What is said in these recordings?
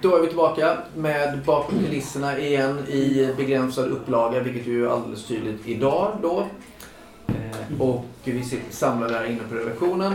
Då är vi tillbaka med bakom kulisserna igen i begränsad upplaga, vilket ju är alldeles tydligt idag då. Och vi sitter samlade här inne på redaktionen.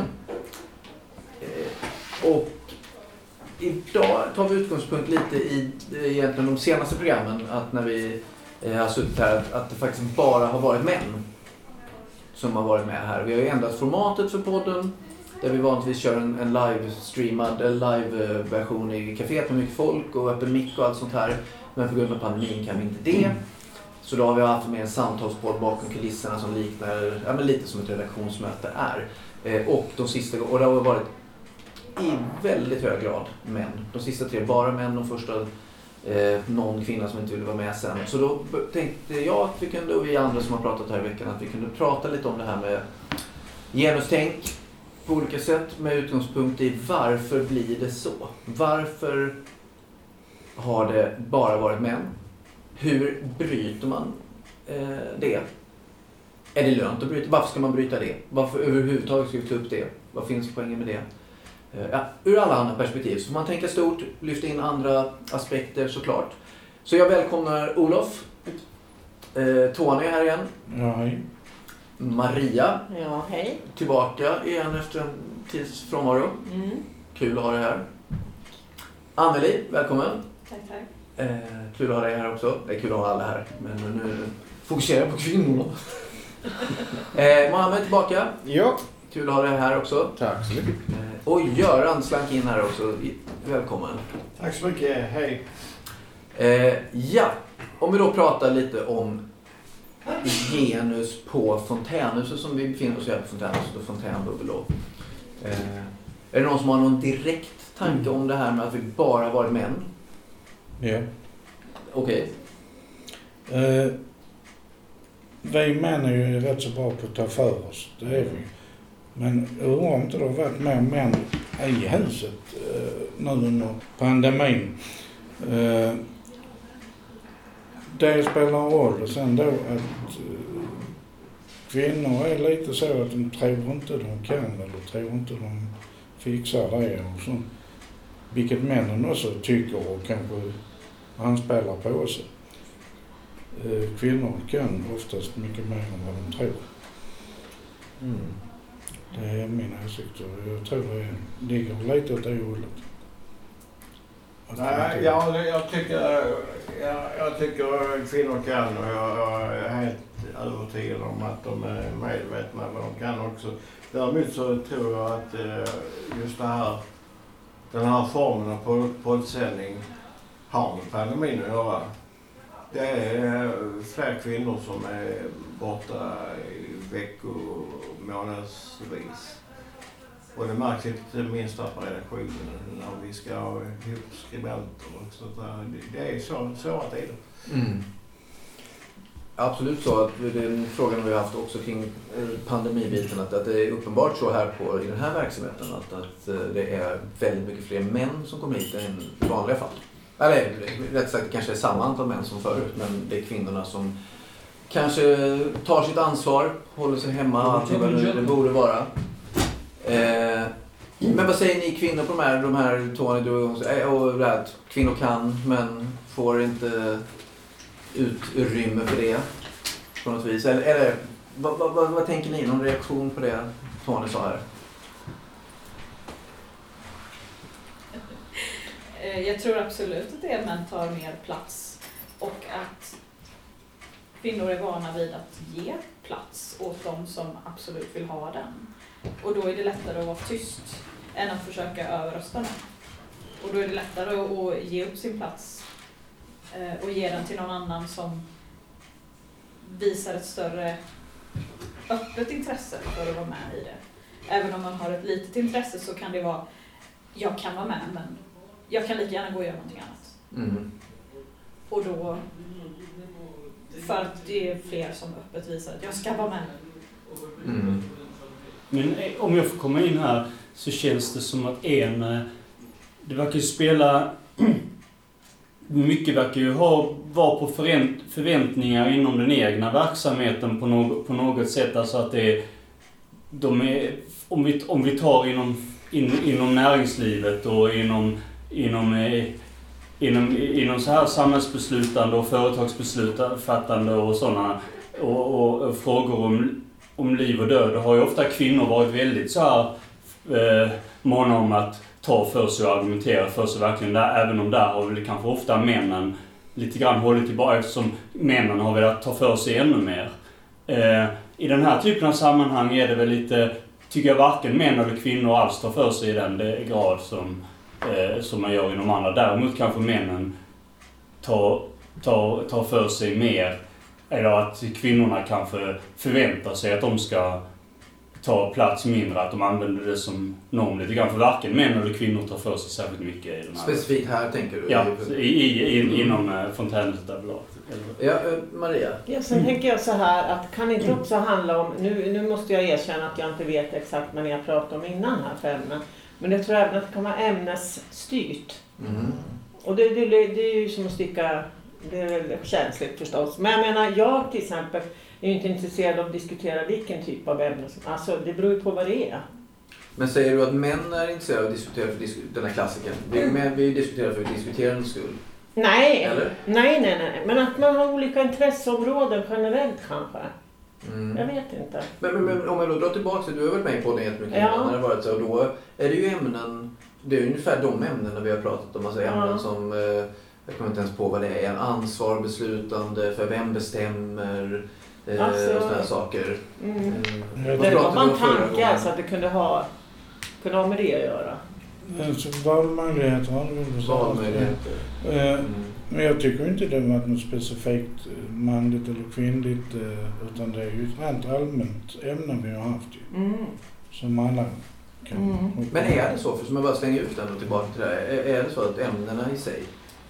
Och idag tar vi utgångspunkt lite i egentligen de senaste programmen, att när vi har suttit här, att det faktiskt bara har varit män som har varit med här. Vi har ju ändrat formatet för podden, där vi vanligtvis kör en live-streamad, live-version i kaféet med mycket folk och öppen mick och allt sånt här. Men på grund av pandemin kan vi inte det. Så då har vi haft med en samtalspodd bakom kulisserna som liknar, ja, men lite som ett redaktionsmöte är. Och det har varit i väldigt hög grad män. De sista 3 bara män, de första någon kvinna som inte ville vara med sen. Så då tänkte jag att vi kunde, och vi andra som har pratat här i veckan, att vi kunde prata lite om det här med genustänk på olika sätt med utgångspunkt i varför blir det så? Varför har det bara varit män? Hur bryter man det? Är det lönt att bryta? Varför ska man bryta det? Varför överhuvudtaget ska vi ta upp det? Vad finns poängen med det? Ur alla andra perspektiv. Så man tänker stort, lyfta in andra aspekter såklart. Så jag välkomnar Olof. Tony här igen. Ja, hej. Maria. Ja, hej. Tillbaka igen efter en tids frånvaro. Mm. Kul att ha dig här. Anneli, välkommen. Tack. Kul att ha dig här också. Det är kul att ha alla här. Men nu fokuserar jag på kvinnorna. Mohammed tillbaka. Ja. Kul att ha dig här också. Tack så mycket. Och Göran slank in här också. Välkommen. Tack så mycket. Hej. Ja, om vi då pratar lite om genus på Fontänhuset som vi befinner oss här på Fontänhuset och Fontänbubbel då. Är det någon som har någon direkt tanke om det här med att vi bara varit män? Ja. Okej. Vi män är ju rätt så bra på att ta för oss. Det är vi. Men jag undrar om inte det har varit mer män i huset nu under pandemin. Det spelar en roll. Och sen då att kvinnor är lite så att de tror inte de kan eller tror inte de fixar det. Och så. Vilket männen också tycker och kanske anspelar på sig. Kvinnor kan oftast mycket mer än vad de tror. Mm. Det är min åsikt och jag tror det ligger lite åt det hållet. Nej, jag tycker kvinnor kan och jag är helt övertygad om att de är medvetna vad de kan också. Däremot så tror jag att just den här formen av poddsändning har med pandemin att göra. Det är fler kvinnor som är borta i veckor och månadsvis. Och det märks inte minst här på redaktionen när vi ska ha ihop skribenter och sånt där. Det är svåra tider. Mm. Absolut så. Att den frågan vi har haft också kring pandemibiten, att det är uppenbart så här i den här verksamheten att det är väldigt mycket fler män som kommer hit än i vanliga fall. Eller rätt sagt kanske är samma antal män som förut, men det är kvinnorna som kanske tar sitt ansvar, håller sig hemma, allt vad det borde vara. Men vad säger ni kvinnor på de här Tony, du och det här, kvinnor kan men får inte utrymme för det på något vis? Eller vad tänker ni? Någon reaktion på det Tony sa här? Jag tror absolut att det är män tar mer plats och att kvinnor är vana vid att ge plats åt de som absolut vill ha den. Och då är det lättare att vara tyst än att försöka överrösta den. Och då är det lättare att ge upp sin plats och ge den till någon annan som visar ett större öppet intresse för att vara med i det. Även om man har ett litet intresse så kan det vara, jag kan vara med men jag kan lika gärna gå och göra någonting annat. Mm. Och då, för att det är fler som öppet visar att jag ska vara med. Mm. Men om jag får komma in här så känns det som att det verkar ju spela, mycket verkar ju vara på förväntningar inom den egna verksamheten på något sätt. Alltså att om vi tar inom näringslivet och inom inom så här samhällsbeslutande och företagsbeslutande och sådana och frågor om liv och död, har ju ofta kvinnor varit väldigt så här måna om att ta för sig och argumentera för sig verkligen där, även om där har väl kanske ofta männen lite grann hållit tillbaka, eftersom männen har velat ta för sig ännu mer. I den här typen av sammanhang är det väl lite, tycker jag, varken män eller kvinnor alls tar för sig i den grad som man gör inom andra. Däremot kanske männen tar för sig mer, eller att kvinnorna kanske förväntar sig att de ska ta plats mindre, att de använder det som norm lite grann. För varken män eller kvinnor tar för sig särskilt mycket i den här. Specifikt här tänker du? Ja, inom fontänhuset överlag. Ja, Maria? Ja, sen tänker jag så här att kan inte också handla om, nu måste jag erkänna att jag inte vet exakt vad ni har pratat om innan här för ämnen. Men jag tror även att det kan vara ämnesstyrt. Mm. Och det är ju som att sticka, det är väl känsligt förstås. Men jag menar, jag till exempel är ju inte intresserad av att diskutera vilken typ av ämne. Alltså det beror ju på vad det är. Men säger du att män är intresserade av att diskutera för den här klassiken? Vi diskuterar för diskuterandets skull. Nej. Eller? Nej. Men att man har olika intresseområden generellt kanske. Mm. Jag vet inte. Men om jag då drar tillbaka, du har varit med på det jättemycket Ja. när det varit så, och då är det ju ämnen, det är ungefär de ämnena vi har pratat om, alltså ämnen som, jag kommer inte ens på vad det är, ansvar, beslutande, för vem bestämmer, och sådana här saker. Det var man tanke alltså att det kunde ha med det att göra. Alltså, valmöjligheter har du Valmöjligheter. Men jag tycker inte det var något specifikt manligt eller kvinnligt, utan det är ju ett rent allmänt ämne vi har haft ju. Som alla kan. Men är det så, för som jag bara slänger ut den och tillbaka till det här, är det så att ämnena i sig,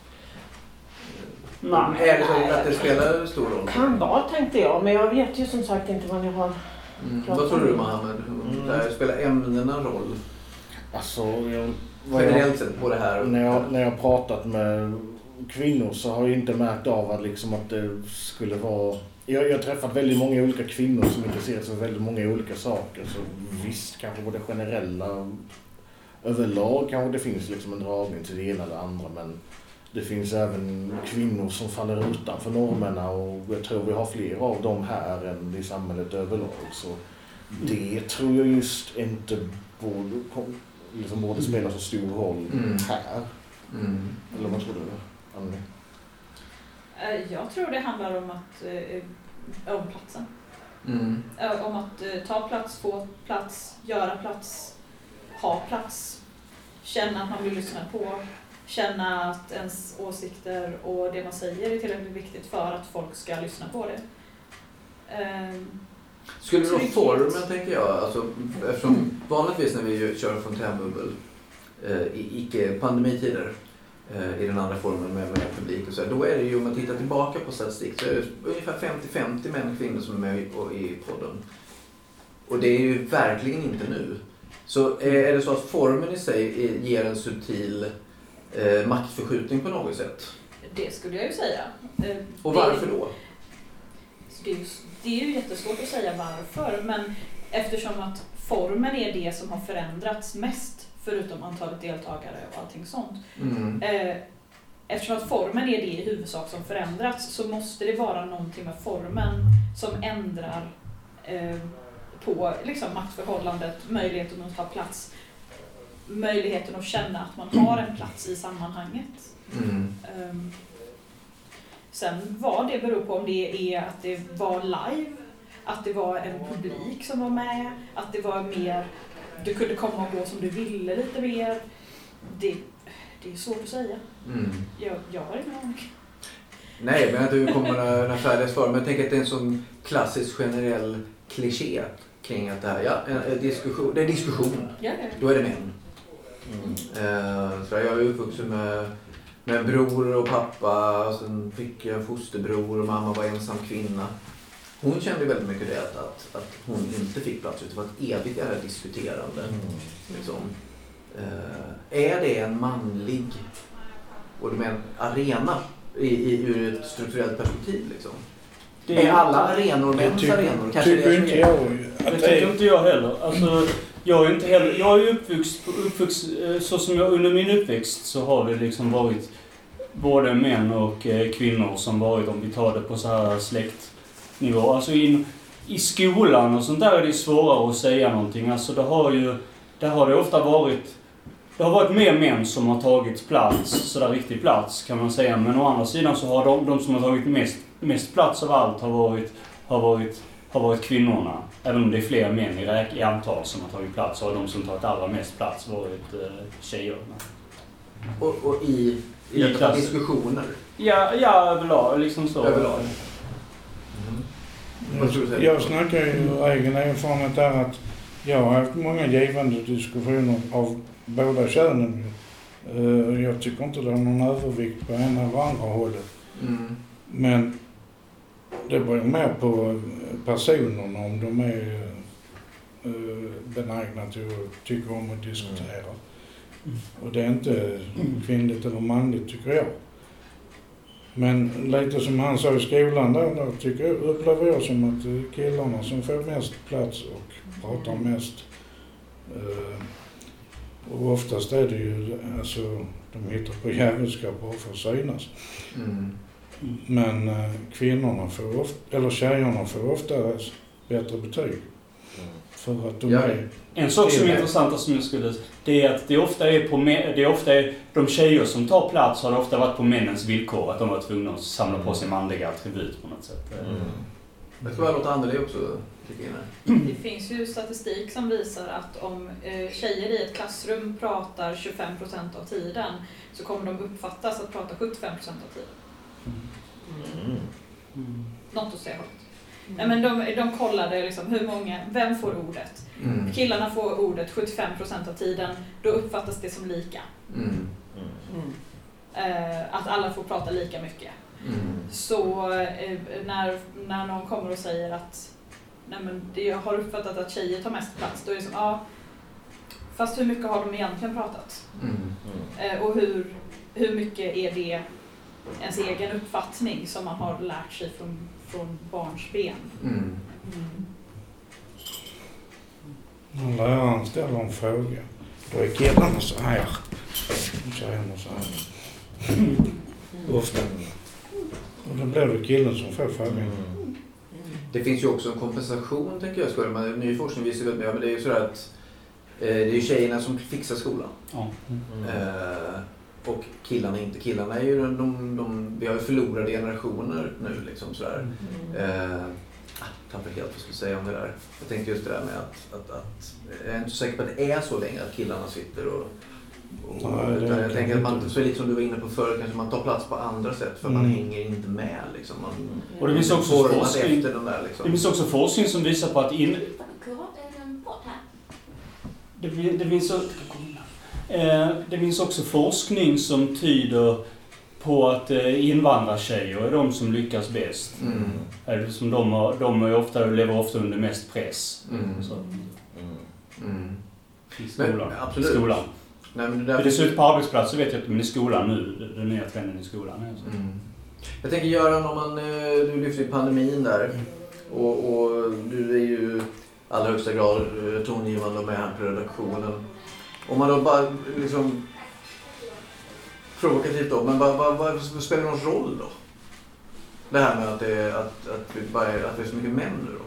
Nej. är det så att det spelar stor roll? Kan vara, tänkte jag, men jag vet ju som sagt inte vad ni har. Vad tror du, Mohammed? Där spelar ämnena roll? Alltså, Generellt sett på det här. När jag pratat med kvinnor så har jag inte märkt av att, liksom, att det skulle vara... Jag har träffat väldigt många olika kvinnor som intresserar sig för väldigt många olika saker. Så visst, kanske både generella överlag kanske det finns liksom en dragning till det ena eller andra. Men det finns även kvinnor som faller utanför normerna, och jag tror vi har fler av dem här än i samhället överlag. Så det tror jag just inte borde spela så stor roll här. Eller vad tror du, Annie? Jag tror det handlar om om platsen. Om att ta plats, få plats, göra plats, ha plats, känna att man vill lyssna på, känna att ens åsikter och det man säger är tillräckligt viktigt för att folk ska lyssna på det. Skulle det vara formen, tänker jag, alltså, eftersom vanligtvis när vi kör fontänbubbel i icke-pandemitider i den andra formen med publik och så, då är det ju, om man tittar tillbaka på statistik, så är det ungefär 50-50 män och kvinnor som är med i podden. Och det är ju verkligen inte nu. Så är det så att formen i sig ger en subtil maktförskjutning på något sätt? Det skulle jag ju säga. Och varför då? Det är ju jättesvårt att säga varför, men eftersom att formen är det som har förändrats mest, förutom antalet deltagare och allting sånt. Eftersom att formen är det i huvudsak som förändrats, så måste det vara någonting med formen som ändrar på liksom maktförhållandet, möjligheten att ta plats, möjligheten att känna att man har en plats i sammanhanget. Sen vad det beror på, om det är att det var live, att det var en publik som var med, att det var mer, du kunde komma och gå som du ville lite mer. Det är svårt att säga. Jag har ingen aning. Nej, men att du kommer några färdiga svar. Men jag tänker att det är en sån klassisk generell kliché kring att det här, det är diskussion. Ja. Då är det män. Så jag är uppvuxen med en bror och pappa, och sen fick jag en fosterbror och mamma var ensam kvinna. Hon kände väldigt mycket det att hon inte fick plats, utan ett evigt jävla diskuterande. Liksom. Är det en manlig och en arena ur ett strukturellt perspektiv? Liksom? Det är alla arenor mäns arenor? Kanske det är inte jag. Det tycker inte jag heller. Alltså, jag är ju uppvuxen så som jag under min uppväxt så har vi liksom varit både män och kvinnor som varit, om vi tar det på så här släktnivå. Alltså i skolan och sånt där är det svårare att säga någonting. Alltså det har ofta varit mer män som har tagit plats, sådär riktig plats kan man säga. Men å andra sidan så har de som har tagit mest plats av allt har varit kvinnorna. Även om det är fler män i antal som har tagit plats, så har de som tagit allra mest plats varit tjejerna. Och i diskussioner? Ja, överlag. Liksom så. Överlag. Jag snackar ju egen erfarenhet där att jag har haft många givande diskussioner av båda könen. Jag tycker inte det har någon övervikt på ena eller andra hållet. Men det beror mer på personerna, om de är benägna till att tycka om att diskutera. Och det är inte kvinnligt eller manligt, tycker jag. Men lite som han sa i skolan där upplever jag som att killarna som får mest plats och pratar mest. Och oftast är det ju, alltså, de hittar på jävelskap bara för att synas. Men kvinnorna tjejerna får ofta bättre betyg. För att de är... En sak som är intressant som jag skulle... Det är att det ofta är de tjejer som tar plats har det ofta varit på männens villkor. Att de var tvungna att samla på sig manliga attribut på något sätt. Jag tror jag låter annorlunda också. Det finns ju statistik som visar att om tjejer i ett klassrum pratar 25% av tiden så kommer de uppfattas att prata 75% av tiden. Något åt det hållet. Nej, men de kollade liksom vem får ordet. Killarna får ordet 75% av tiden, då uppfattas det som lika. Att alla får prata lika mycket. Så när någon kommer och säger att nej, men jag har uppfattat att tjejer tar mest plats, då är det som fast hur mycket har de egentligen pratat? Och hur mycket är det ens egen uppfattning som man har lärt sig från barns ben? Läraren ställer en fråga. Då är killarna så här. Tjejerna så här. Ofta. Och då blir det killen som får frågan. Det finns ju också en kompensation, tänker jag. Ny forskning visar väl med, men det är ju så att det är ju tjejerna som fixar skolan. Och killarna inte. Killarna är ju vi har ju förlorade generationer nu liksom sådär. Tappar helt vad jag skulle säga om det där. Jag tänkte just det där med att jag är inte så säker på att det är så länge att killarna sitter utan jag tänker att man, så lite som du var inne på förr, kanske man tar plats på andra sätt för man hänger inte med liksom. Och det finns också forskning efter den där, liksom. Det finns också forskning som visar på att det finns också forskning som tyder på att invandrartjejer är de som lyckas bäst. Som de lever ofta under mest press. I skolan. Men, skolan. Nej, men det ser ut på arbetsplatser, vet jag, men i skolan nu, den nya trenden i skolan. Jag tänker Göran, om du lyfter i pandemin där och du är ju i allra högsta grad tongivande och med här på redaktionen. Om man då bara liksom provokativt då, men vad spelar någon roll då? Det här med att det är så mycket män nu då?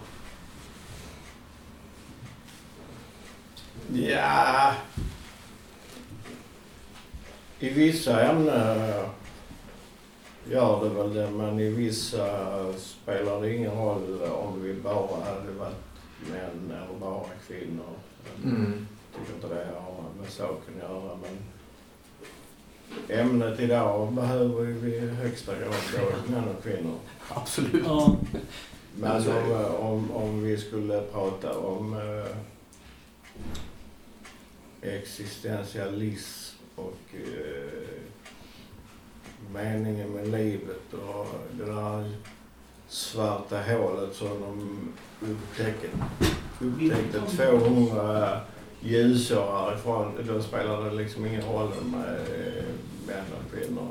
Ja, i vissa ämnen gör det väl det, men i vissa spelar det ingen roll om vi bara hade varit män eller bara kvinnor. Jag tycker inte det har med saken att göra, men ämnet idag behöver vi i högsta grad både män och kvinnor. Absolut. Ja. Men om vi skulle prata om existentialism och meningen med livet och det där svarta hålet som de upptäckte 200 ljusår härifrån, då spelar det liksom ingen roll med män och kvinnor.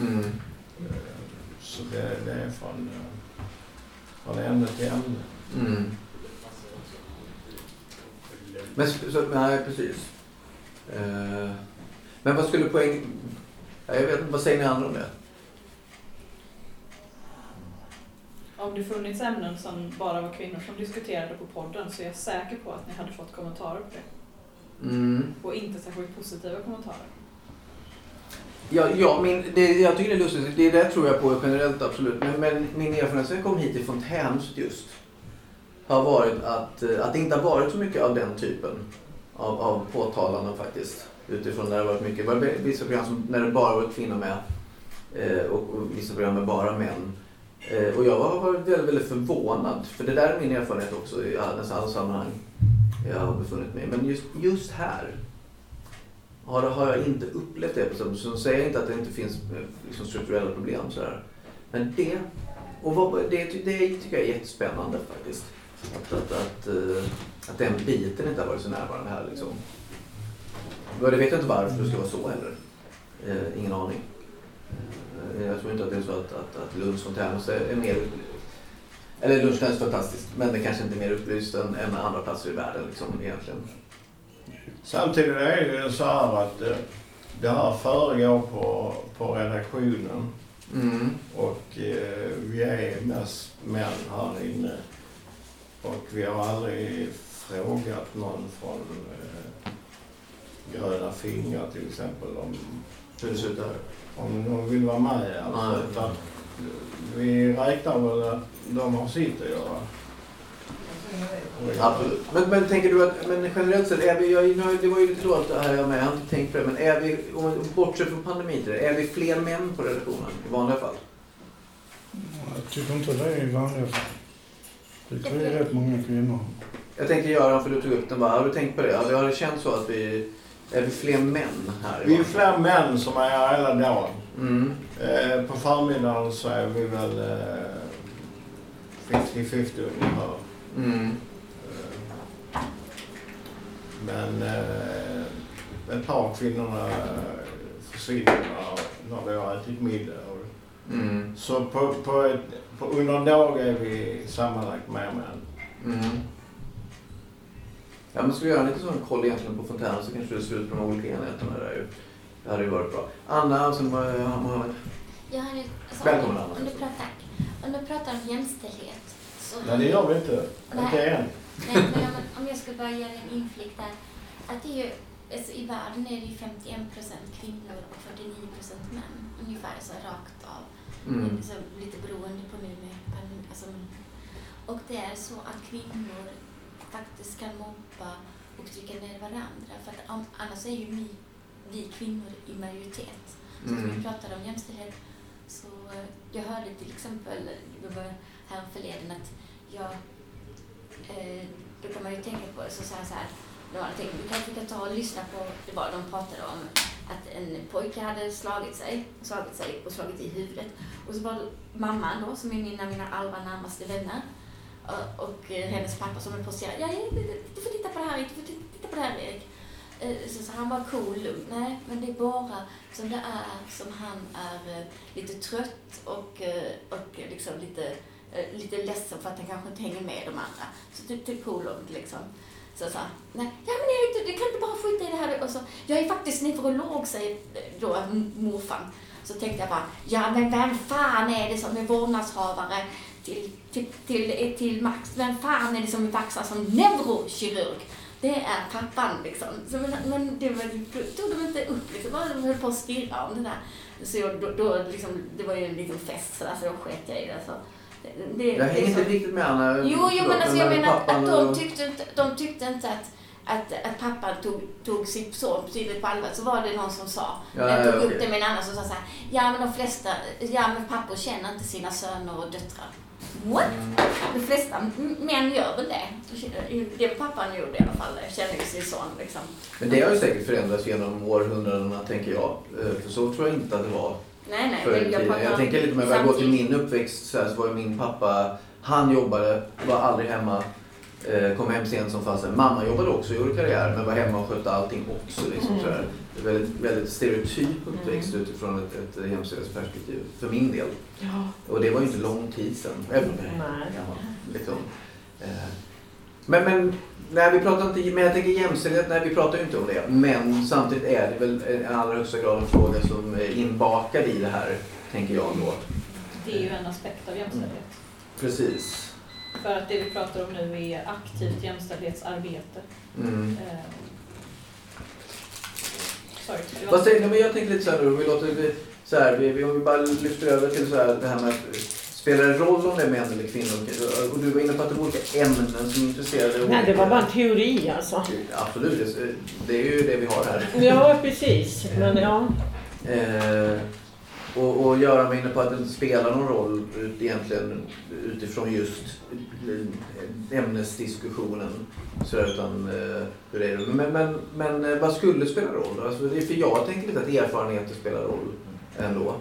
Så det är från ämne till ämne. Men nej, precis. Men vad skulle Jag vet inte, vad säger ni andra om det? Om det funnits ämnen som bara var kvinnor som diskuterade på podden så är jag säker på att ni hade fått kommentarer på det. Och inte särskilt positiva kommentarer. Jag tycker det är lustigt. Det tror jag på generellt, absolut. Men min erfarenhet när jag kom hit i Fontänhuset just har varit att det inte har varit så mycket av den typen av påtalanden faktiskt. Utifrån när det har varit mycket. Det var vissa program som, när det bara var kvinnor med och vissa program med bara män. Och jag har varit väldigt, väldigt förvånad. För det där är min erfarenhet också i alla sammanhang jag har befunnit mig. Men just här har jag inte upplevt det. Så säger jag inte att det inte finns liksom, strukturella problem. Sådär. Men det tycker jag är jättespännande faktiskt. Att den biten inte har varit så närvarande här. Liksom. Det vet jag inte varför det ska vara så heller. Ingen aning. Jag tror inte att det är så att Lunds Fontänhus är mer... Eller Lunds är fantastiskt, men det kanske inte är mer upplyst än andra platser i världen liksom, egentligen. Samtidigt är det ju så här att det här föregår på redaktionen. Och vi är mest män här inne. Och vi har aldrig frågat någon från Gröna fingrar till exempel om hur det ser ut där. Om de vill vara med. Alltså, vi räknar väl att de har sitt att göra. Absolut. Men tänker du att generellt sett, det var ju lite dåligt det här jag med, jag har inte tänkt på det, men är vi, om vi bortser från pandemin, är vi fler män på redaktionen i vanliga fall? Jag tycker inte det är i vanliga fall. Det tror jag är rätt många kvinnor. Jag tänkte göra, för du tog upp den bara, har du tänkt på det? Har det känts så att är vi fler män här? Vi är fler män som är här hela dagen. På förmiddagen så är vi väl 50-50 ungefär. Men ett par kvinnorna försvinner när vi har ätit middag. Så under en dag är vi sammanlagt med män. Ja, men ska vi göra lite sån koll egentligen på Fontänhuset så kanske det ser ut på de olika enheterna där ju. Det hade ju varit bra. Anna, sen var Mohammed. Ja, alltså, välkommen Anna. Om du pratar om jämställdhet så... Nej, det gör vi inte. Inte än. Nej, men om jag ska bara göra en inflikt där. Att det är ju, alltså, i världen är det ju 51% kvinnor och 49% män. Ungefär så rakt av. Så lite beroende på nu med alltså, och det är så att kvinnor faktiskt kan mobba och trycka ner varandra. För att annars är ju vi kvinnor i majoritet. Så som vi pratar om jämställdhet. Så jag hörde till exempel, det var här förleden att då kan man ju tänka på det så här. Vi kanske kan ta och lyssna på det var de pratade om. Att en pojke hade slagit sig och slagit i huvudet. Och så var mamman då, som är mina allra närmaste vänner. Och hennes pappa som är på sig. Ja, du får titta på det här, du får titta på det här, Erik. Så han var cool, lugn. Nej, men det är bara som det är, som han är lite trött och liksom lite ledsen för att han kanske inte hänger med de andra. Så typ cool, lugnt liksom. Så nej, ja men Erik, du kan inte bara skita i det här. Och så, jag är faktiskt neurolog, säger då morfan. Så tänkte jag bara, ja men vem fan är det som är vårdnadshavare till Max? Vem fan är det som är vaxad som neurokirurg? Det är pappan liksom. Så, men det tog de inte upp liksom. De höll på att stirra om det där. Så då liksom, det var ju en liten fest så då sket jag i det. Så. Jag hänger inte riktigt med Anna. Jo, men alltså jag menar att de tyckte inte att pappa tog sitt son tydligt på allvar. Så var det någon som sa, jag tog upp det med en annan som sa så här, ja men de flesta, men pappor känner inte sina söner och döttrar. What? De flesta män gör väl det. Det pappan gjorde i alla fall, känner ju sin son liksom. Men det har ju säkert förändrats genom århundradena, tänker jag. För så tror jag inte att det var. Nej, men jag tänker lite, om jag går till min uppväxt så var ju min pappa, han jobbade, var aldrig hemma, kom hem sent som fasen. Mamma jobbade också, gjorde karriär, men var hemma och skötte allting också. Liksom, så där. Det är väldigt, väldigt stereotyp uppväxt utifrån ett jämställdhetsperspektiv, för min del. Och det var ju inte lång tid sedan, även liksom. Men när vi pratar inte, men jag tänker jämställdhet, nej vi pratar ju inte om det. Men samtidigt är det väl i allra högsta grad en fråga som är inbakad i det här, tänker jag då. Det är ju en aspekt av jämställdhet. Precis. För att det vi pratar om nu är aktivt jämställdhetsarbete. Vad säger ni? Men jag tänker lite så här nu, vi låter det så här, vi bara lyfter över till så här, det här med att spelar det roll om det är män eller kvinnor? Och du var inne på att det var olika ämnen som intresserade. Nej, det var bara en teori alltså. Absolut, det är ju det vi har här. Ja, precis. Men ja. Och Göran var inne på att det inte spelar någon roll egentligen utifrån just ämnesdiskussionen. Så utan hur är det? Men vad skulle spela roll? Alltså, för jag tänker lite att erfarenheter spelar roll ändå.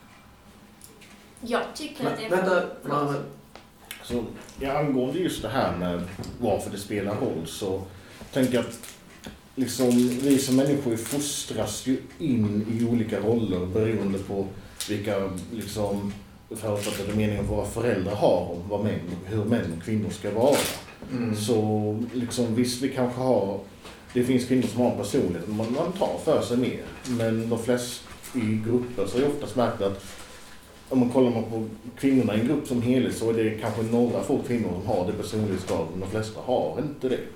Jag tycker att det är... Vänta. Så, angående just det här med varför det spelar roll så tänker jag att liksom, vi som människor fostras ju in i olika roller beroende på vilka liksom, förutfattade meningar våra föräldrar har om hur män och kvinnor ska vara. Så liksom, visst, vi kanske har, det finns kvinnor som har en personlighet, man tar för sig mer. Men de flesta i grupper så är det oftast märkt att om man kollar på kvinnorna i en grupp som helhet så är det kanske några få kvinnor som har det personlighetsgraden, de flesta har inte det.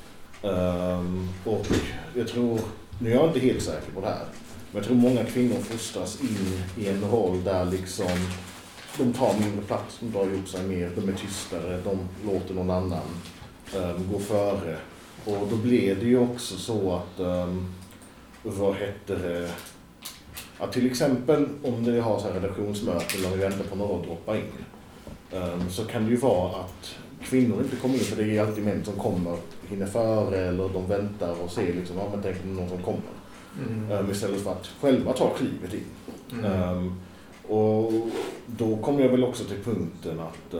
Och jag tror, nu är jag inte helt säker på det här, men jag tror många kvinnor fostras in i en roll där liksom de tar mindre plats, de drar ihop sig mer, de är tystare, de låter någon annan gå före. Och då blir det ju också så att, att till exempel om det har så här redaktionsmöten eller vi väntar på några att droppa in, så kan det ju vara att kvinnor inte kommer in, för det är alltid män som kommer, hinner före eller de väntar och ser liksom, ja men tänk om någon som kommer. Istället för att själva ta klivet in. Och då kommer jag väl också till punkten att,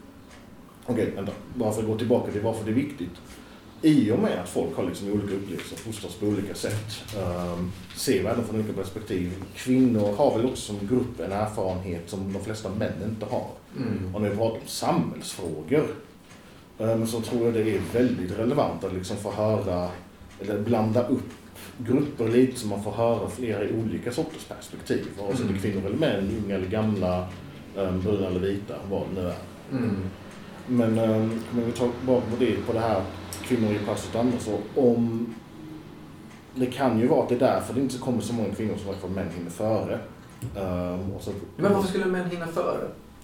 bara för att gå tillbaka till varför det är viktigt. I och med att folk har liksom olika upplevelser, fostras på olika sätt, ser världen från olika perspektiv. Kvinnor har väl också som grupp en erfarenhet som de flesta män inte har. Och när vi pratar om samhällsfrågor så tror jag det är väldigt relevant att liksom få höra, eller blanda upp grupper lite så man får höra flera olika sorters perspektiv. Vare sig det är kvinnor eller män, unga eller gamla, bruna eller vita, vad det nu är. Men om vi tar bara på det här kvinnor i plats och andra, så om det kan ju vara att det är därför det inte kommer så många kvinnor som faktiskt män hinner före. Men varför skulle män hinna före?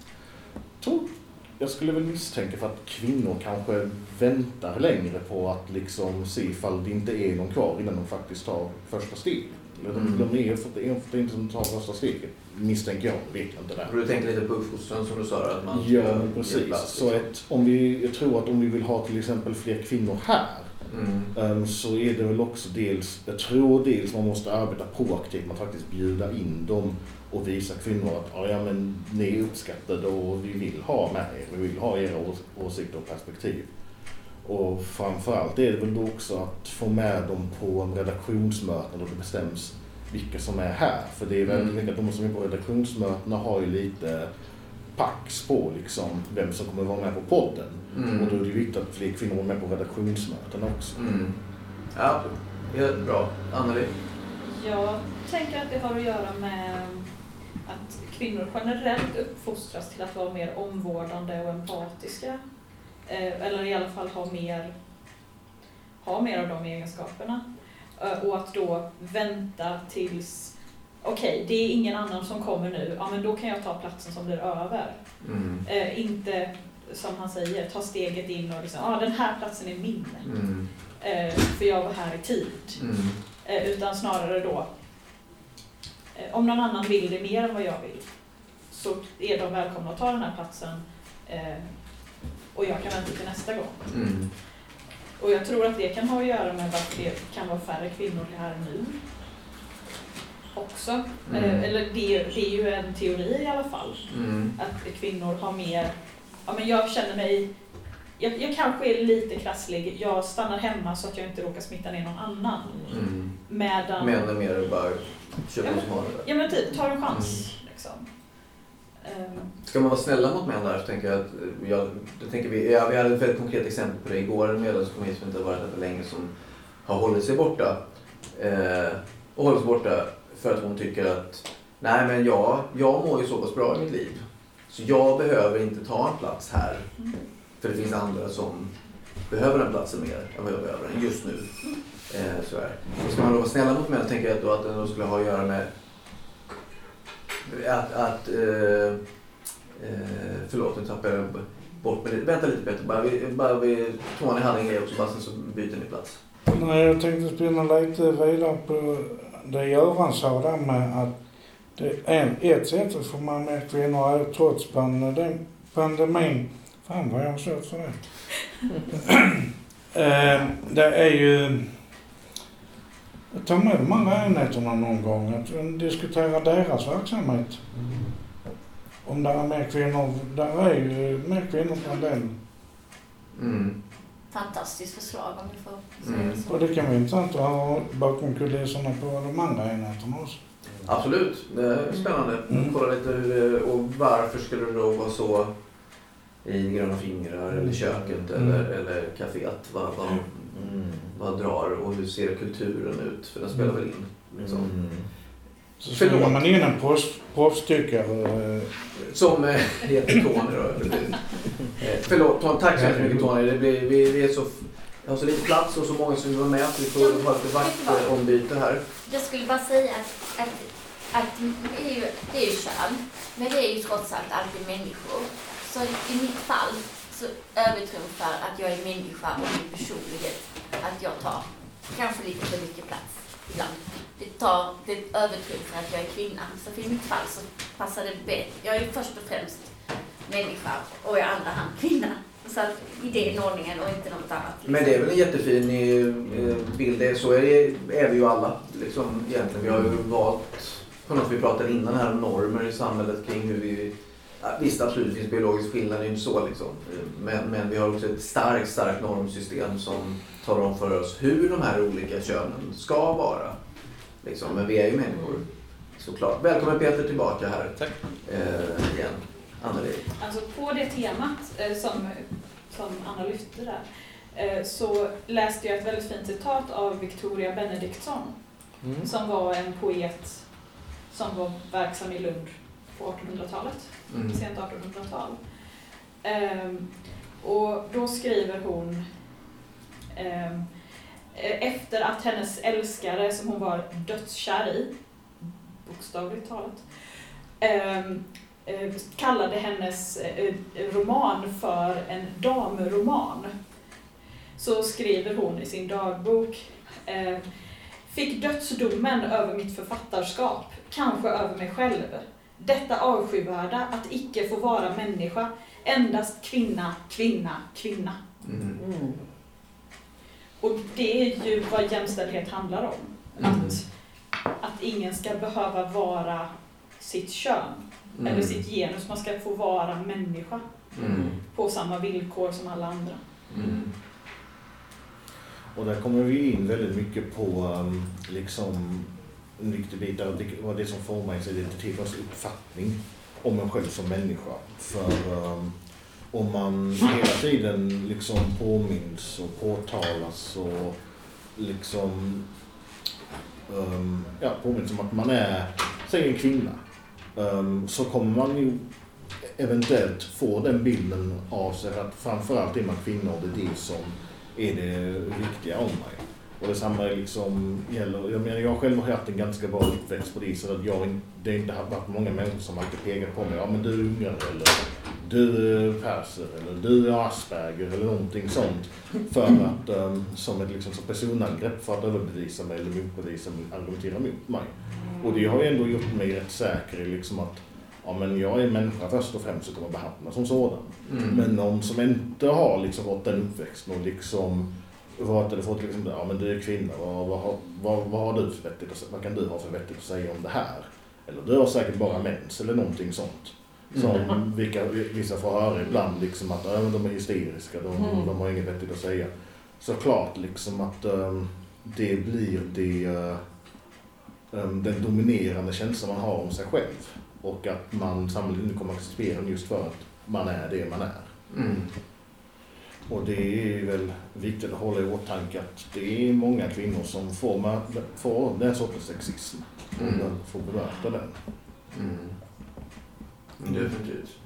Jag skulle väl misstänka för att kvinnor kanske väntar längre på att liksom se ifall det inte är någon kvar innan de faktiskt tar första steget. De är inte som tar första steget, misstänker jag, vet jag inte där. Du tänker lite på uppfostran som du sa att man... Ja, precis. Så jag tror att om vi vill ha till exempel fler kvinnor här, så är det väl också dels man måste arbeta proaktivt, man faktiskt bjuda in dem och visa kvinnor att men ni är uppskattade och vi vill ha med er, vi vill ha era åsikter och perspektiv. Och framförallt är det väl då också att få med dem på redaktionsmöten och det bestäms vilka som är här. För det är väldigt mycket att de som är på redaktionsmötena har ju lite pax på liksom vem som kommer vara med på podden. Och då är det viktigt att fler kvinnor är med på redaktionsmötena också. Ja, helt bra. Anneli? Jag tänker att det har att göra med att kvinnor generellt uppfostras till att vara mer omvårdande och empatiska. Eller i alla fall ha mer av de egenskaperna. Och att då vänta tills det är ingen annan som kommer nu, men då kan jag ta platsen som blir över. Inte, som han säger, ta steget in och liksom, den här platsen är min. För jag var här i tid. Utan snarare då, om någon annan vill det mer än vad jag vill, så är de välkomna att ta den här platsen. Och jag kan vänta till nästa gång. Och jag tror att det kan ha att göra med att det kan vara färre kvinnor här nu också. Eller det är ju en teori i alla fall. Att kvinnor har mer... men jag känner mig... Jag kanske är lite krasslig. Jag stannar hemma så att jag inte råkar smitta ner någon annan. Medan... Mer bara köpa som har det. Ja, men typ, ta en chans. Liksom. Ska man vara snälla mot män där så tänker jag att vi hade ett väldigt konkret exempel på det igår. En medlem som inte har varit där för länge som har hållit sig borta. Och hållit sig borta för att hon tycker att nej men jag mår ju så pass bra i mitt liv. Så jag behöver inte ta en plats här. För det finns andra som behöver den platsen mer än vad jag behöver den just nu. Så här. Och ska man då vara snälla mot män tänker jag då att den skulle ha att göra med förlåt, nu tappar jag bort mig lite. Vänta lite Peter. Tony hade en grej också, bara sen så byter ni plats. Nej, jag tänkte spinna lite vidare på det Göran sa där med att det är ett sätt att få med kvinnor trots pandemin. Fan vad jag har svårt för det. Det är ju att ta med de andra enheterna någon gång, att diskutera deras verksamhet. Om det är mer kvinnor, där är ju mer kvinnor på den. Fantastiskt förslag om vi får säga så. Och det kan vara intressant att ha bakom kulisserna på de andra enheterna också. Absolut, det är spännande. Kolla lite och varför skulle det då vara så i Gröna fingrar eller köket eller kaféet. Vad drar och hur ser kulturen ut? För den spelar väl in. Liksom. Så slänger man in en proffstyckare som heter Tony då. Förlåt, tack så mycket Tony. Vi är så, jag har så lite plats och så många som vill vara med att vi får ha lite vaktombyte här. Jag skulle bara säga att det är ju kön, men det är ju trots allt alltid människor. Så i mitt fall så övertrumfar att jag är människa och min personlighet att jag tar kanske lite för mycket plats ibland. Det övertrumfar att jag är kvinna. Så i mitt fall så passar det bättre. Jag är ju först och främst människa och i andra hand kvinna. Så att i den ordningen och inte något annat. Liksom. Men det är väl en jättefin bild. Så är vi ju alla. Liksom, egentligen. Vi har ju valt, på något vi pratade innan här, normer i samhället kring hur vi... Visst, absolut, det finns biologisk skillnad, det är inte så liksom. Men vi har också ett starkt normsystem som talar om för oss hur de här olika könen ska vara. Liksom. Men vi är ju människor, såklart. Välkommen Peter tillbaka här. Tack. Igen. Anneli. Alltså på det temat som Anna lyfte där så läste jag ett väldigt fint citat av Victoria Benediktsson som var en poet som var verksam i Lund på 1800-talet, sent 1800-tal. Och då skriver hon efter att hennes älskare, som hon var dödskär i, bokstavligt talat, kallade hennes roman för en damroman. Så skriver hon i sin dagbok: fick dödsdomen över mitt författarskap, kanske över mig själv. Detta avskyvärda att icke få vara människa, endast kvinna, kvinna, kvinna. Och det är ju vad jämställdhet handlar om. Att ingen ska behöva vara sitt kön eller sitt genus. Man ska få vara människa på samma villkor som alla andra. Och där kommer vi in väldigt mycket på liksom en viktig bit av vad det som formar ens identitet, alltså uppfattning om en själv som människa. För om man hela tiden liksom påminns och påtalas och liksom påminns om att man är, säg en kvinna, så kommer man ju eventuellt få den bilden av sig att framförallt är man kvinna och det är det som är det viktiga om mig. Och detsamma liksom gäller, jag menar jag själv har haft en ganska bra uppväxt på det, så att det inte har varit många människor som alltid pekat på mig, ja men du är ungar eller du är perser eller du är Asperger eller någonting sånt, för att som ett liksom, så personangrepp för att överbevisa mig eller motbevisa mig, argumentera mot mig. Och det har ju ändå gjort mig rätt säker i liksom att ja, men jag är människa först och främst, så kommer behandlas som sådan. Men någon som inte har liksom fått den uppväxten och liksom fått liksom, ja men du är kvinna, vad har du för vettigt, vad kan du ha för vettigt att säga om det här? Eller du har säkert bara mens eller någonting sånt. Som vissa får höra ibland liksom att de är hysteriska, de har inget vettigt att säga. Såklart liksom att det blir den dominerande känslan man har om sig själv. och att man sannolikt inte kommer att acceptera just för att man är det man är. Mm. Och det är väl viktigt att hålla i åtanke att det är många kvinnor som får den sortens sexism och får bemöta den. Definitivt.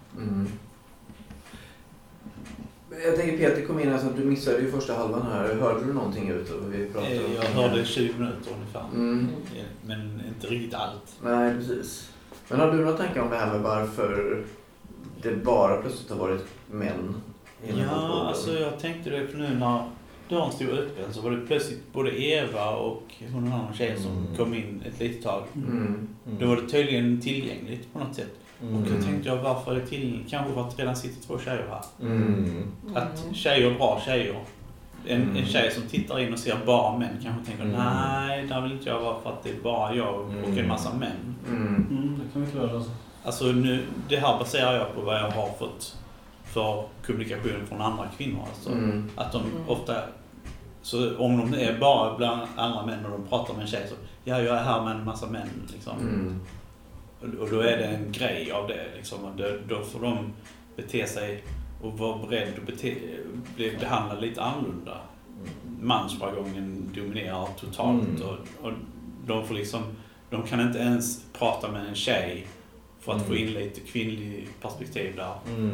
Jag tänker Peter kom in här så att du missade ju första halvan här. Hörde du någonting ut av vad vi pratade om? Jag hörde 20 minuter ungefär. Men inte riktigt allt. Nej, precis. Men har du några tankar om det här med varför det bara plötsligt har varit män? Ja, alltså jag tänkte det för nu när dörren stod öppen så var det plötsligt både Eva och en annan tjej som kom in ett litet tag. Då var det tydligen tillgängligt på något sätt. Och då tänkte jag varför är det tillgängligt? Kanske för att det redan sitter 2 tjejer här. Att tjejer, bra tjejer. En tjej som tittar in och ser bara män kanske tänker nej, där vill inte jag vara för att det är bara jag och en massa män. Det kan vi klara alltså. Alltså nu, det här baserar jag på vad jag har fått för kommunikation från andra kvinnor. Alltså, att de ofta, så om de är bara bland andra män och de pratar med en tjej så ja, jag är här med en massa män liksom. Och då är det en grej av det liksom. Då får de bete sig och vara beredd att bli behandlad lite annorlunda. Mansjargongen dominerar totalt och de får liksom, de kan inte ens prata med en tjej för att få in lite kvinnlig perspektiv där.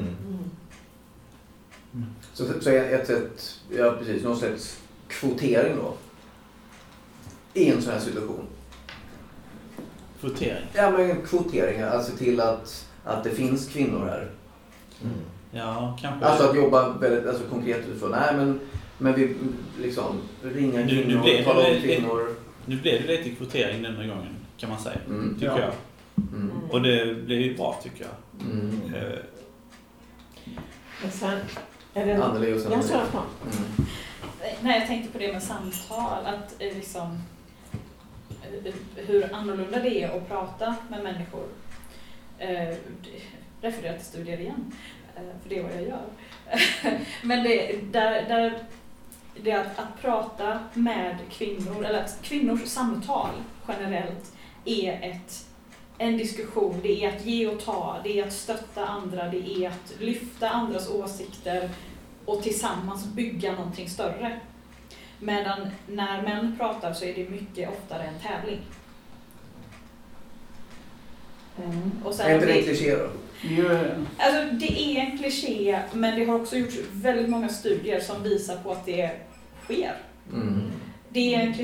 Så ett sätt, ja precis, någon slags kvotering då i en sån här situation. Kvotering? Ja, men kvotering, alltså till att det finns kvinnor här. Ja, kanske. Alltså att jobba väldigt konkret utifrån. Nej, men vi liksom ringa kvinnor, tala om kvinnor. Nu blev det lite kvotering den här gången, kan man säga. Tycker jag. Och det blev ju bra, tycker jag. Men sen är det Anneli och sen Nej, jag tänkte på det med samtal. Att liksom hur annorlunda det är att prata med människor. Refererar till studier igen. För det är vad jag gör. Men det är att prata med kvinnor, eller att kvinnors samtal generellt är en diskussion. Det är att ge och ta, det är att stötta andra, det är att lyfta andras åsikter och tillsammans bygga någonting större. Medan när män pratar så är det mycket oftare en tävling. Och sen är inte det en kliché då? Alltså det är en kliché, men det har också gjorts väldigt många studier som visar på att det sker. Det är en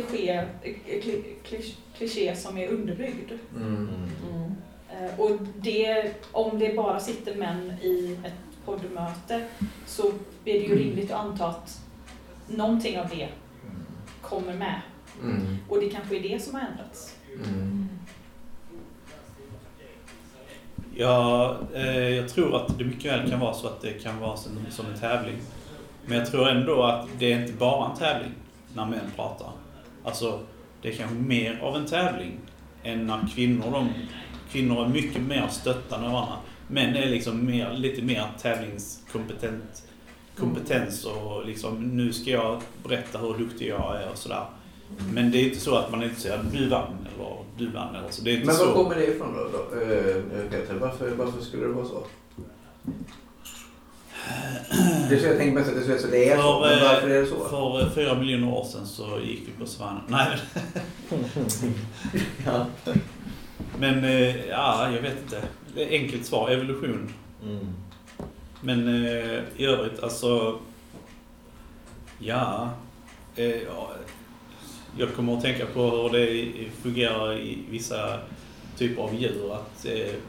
kliché som är underbyggd. Och om det bara sitter män i ett poddmöte så är det ju rimligt att anta att någonting av det kommer med. Och det kanske är det som har ändrats. Ja, jag tror att det mycket väl kan vara så att det kan vara som en tävling. Men jag tror ändå att det är inte bara en tävling när män pratar. Alltså, det är kanske mer av en tävling än när kvinnor är mycket mer stöttande av varandra. Män är liksom lite mer tävlingskompetens och liksom, nu ska jag berätta hur duktig jag är och sådär. Men det är inte så att man inte säger du vann eller så. Det är inte. Men var så. kommer det ifrån då Peter? Varför skulle det vara så? Det är så jag tänker mig att det är så, men varför är det så? För 4 miljoner år sedan så gick vi på savannen. Nej. Ja. Men ja, jag vet inte. Det är enkelt svar, evolution. Men i övrigt, alltså jag kommer att tänka på hur det fungerar i vissa typer av djur. Att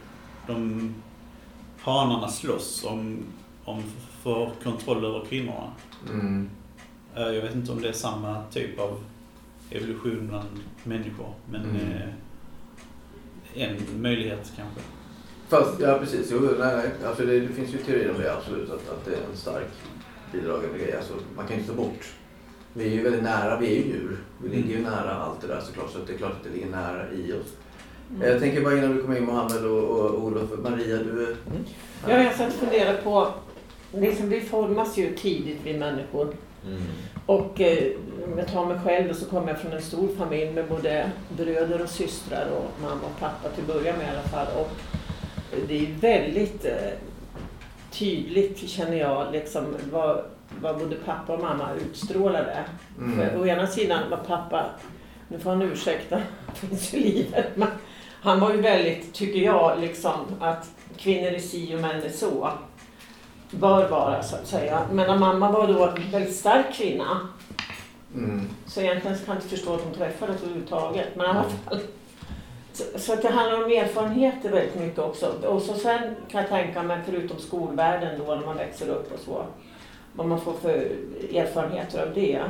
hanarna slåss om för kontroll över kvinnorna. Jag vet inte om det är samma typ av evolution bland människor. Men en möjlighet kanske. Fast, ja precis. Alltså det finns ju teorier om det absolut. Att det är en stark bidragande grej. Alltså, man kan inte ta bort. Vi är ju väldigt nära, vi är ju djur. Vi ligger ju nära allt det där såklart. Så det är klart att det ligger nära i oss. Jag tänker bara innan du kommer in Mohammed och Olof. Maria, du... Ja, jag satt och funderade på, liksom, vi formas ju tidigt vi människor. Och om jag tar mig själv så kommer jag från en stor familj med både bröder och systrar och mamma och pappa till början med i alla fall. Och det är väldigt tydligt, känner jag, liksom, vad både pappa och mamma utstrålade. För å ena sidan var pappa, nu får han ursäkta, finns ju livet, men han var ju väldigt, tycker jag, liksom, att kvinnor är si och män är så. Bör vara, så att säga. Men mamma var då en väldigt stark kvinna. Så egentligen kan jag inte förstå att hon träffades överhuvudtaget. Men i alla fall. Så att det handlar om erfarenheter väldigt mycket också. Och så sen kan jag tänka mig, förutom skolvärlden då när man växer upp och så, vad man får för erfarenheter av det.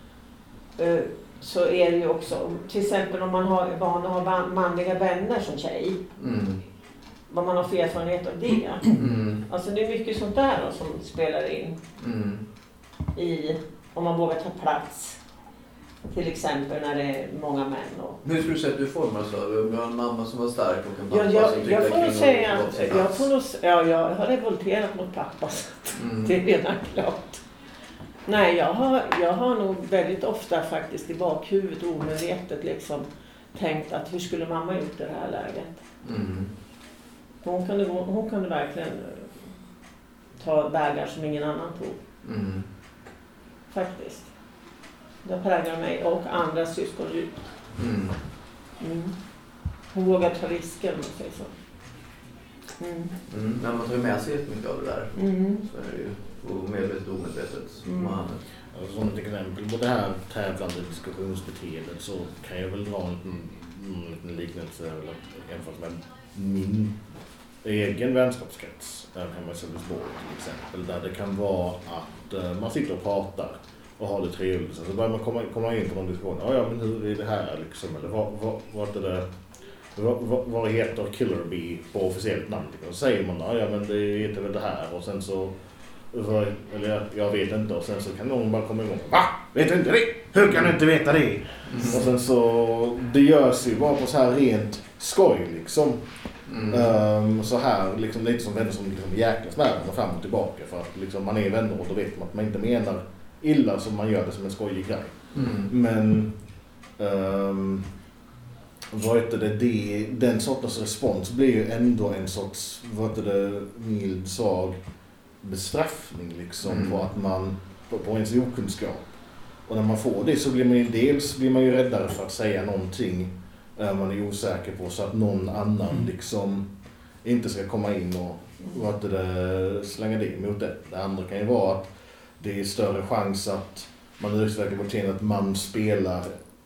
Så är det ju också, till exempel om man har van att ha manliga vänner som tjej. Vad man har för erfarenhet av det. Alltså det är mycket sånt där då, som spelar in. I om man vågar ta plats. Till exempel när det är många män. Och... Hur skulle du säga att du formas då? Du har en mamma som var stark och en pappa som tyckte jag får nog säga att jag har revolterat mot pappa. Det är redan klart. Nej, jag har nog väldigt ofta faktiskt i bakhuvudet omedvetet liksom tänkt att hur skulle mamma gjort i det här läget? Hon kunde verkligen ta vägar som ingen annan tog. Faktiskt. Det präglar mig och andra syskon djupt. Hon vågar ta risker, om man säger så. När man tar med sig jättemycket av det där så är det ju omedvetet och omedvetet. Alltså, som ett exempel på det här tävlande diskussionsbeteendet så kan jag väl dra en liten liknelse jämfört med min egen vänskapskrets. Där kan man se Sölvesborg till exempel. Där det kan vara att man sitter och pratar och har det trevligt. Så börjar man komma in på någon diskussion. Ja, men hur är det här liksom? Eller vad heter Killer Bee på officiellt namn? Och så säger man, ja men det heter väl det här. Och sen så, eller jag vet inte. Och sen så kan någon bara komma igång. Va? Vet du inte det? Hur kan du inte veta det? Och sen så, det görs ju bara på så här rent skoj liksom. Så här, liksom, lite som vänner som liksom jäklas med och fram och tillbaka. För att liksom, man är vänner och då vet man att man inte menar illa som man gör det som en skojig grej. Men den sortens respons blir ju ändå en sorts mild, svag bestraffning liksom på att man på ens okunskap. Och när man får det så blir man ju räddare för att säga någonting man är osäker på så att någon annan liksom inte ska komma in och slänga det emot det. Det andra kan ju vara att det är större chans att man utvecklar beteende att man spelar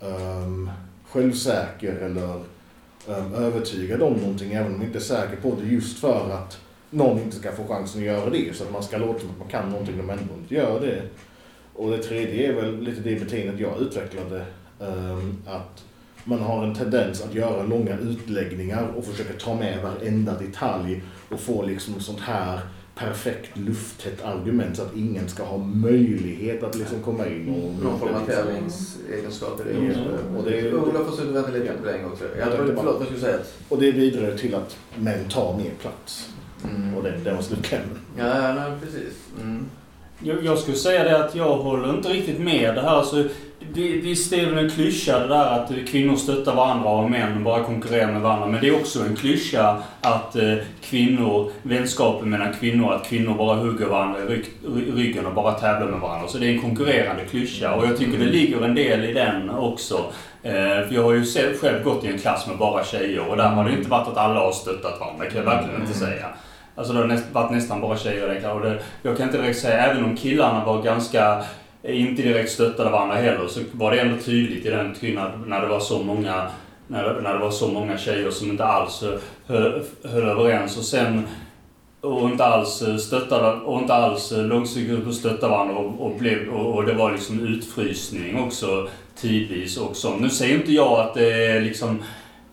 självsäker eller övertygad om någonting även om man inte är säker på det just för att någon inte ska få chansen att göra det så att man ska låta som att man kan någonting när man ändå inte gör det. Och det tredje är väl lite det beteendet jag utvecklade att man har en tendens att göra långa utläggningar och försöka ta med varenda detalj och få liksom sånt här perfekt lufttätt argument så att ingen ska ha möjlighet att liksom komma in och någon form av tävlingsegenskaper. Och det är Olof får sluta vänta lite på det en gång också. Förlåt, vad skulle du säga? Och det bidrar till att män tar mer plats. Och det var slutklämmen. Ja, nej, precis. Jag skulle säga det att jag håller inte riktigt med det här. Alltså, visst är det en klyscha det där att kvinnor stöttar varandra och män bara konkurrerar med varandra. Men det är också en klyscha att vänskapen mellan kvinnor, att kvinnor bara hugger varandra i ryggen och bara tävlar med varandra. Så det är en konkurrerande klyscha och jag tycker det ligger en del i den också. För jag har ju själv gått i en klass med bara tjejer och där har det inte varit att alla har stöttat varandra, det kan jag verkligen inte säga. Alltså det har varit nästan bara tjejer där och jag kan inte direkt säga, även om killarna var ganska inte direkt stöttade varandra heller så var det ändå tydligt i den kvinnan när det var så många när det var så många tjejer som inte alls höll överens och inte alls stöttade och inte alls långsiktigt ut och stöttade varandra och det var liksom utfrysning också tidvis också. Nu säger inte jag att det är liksom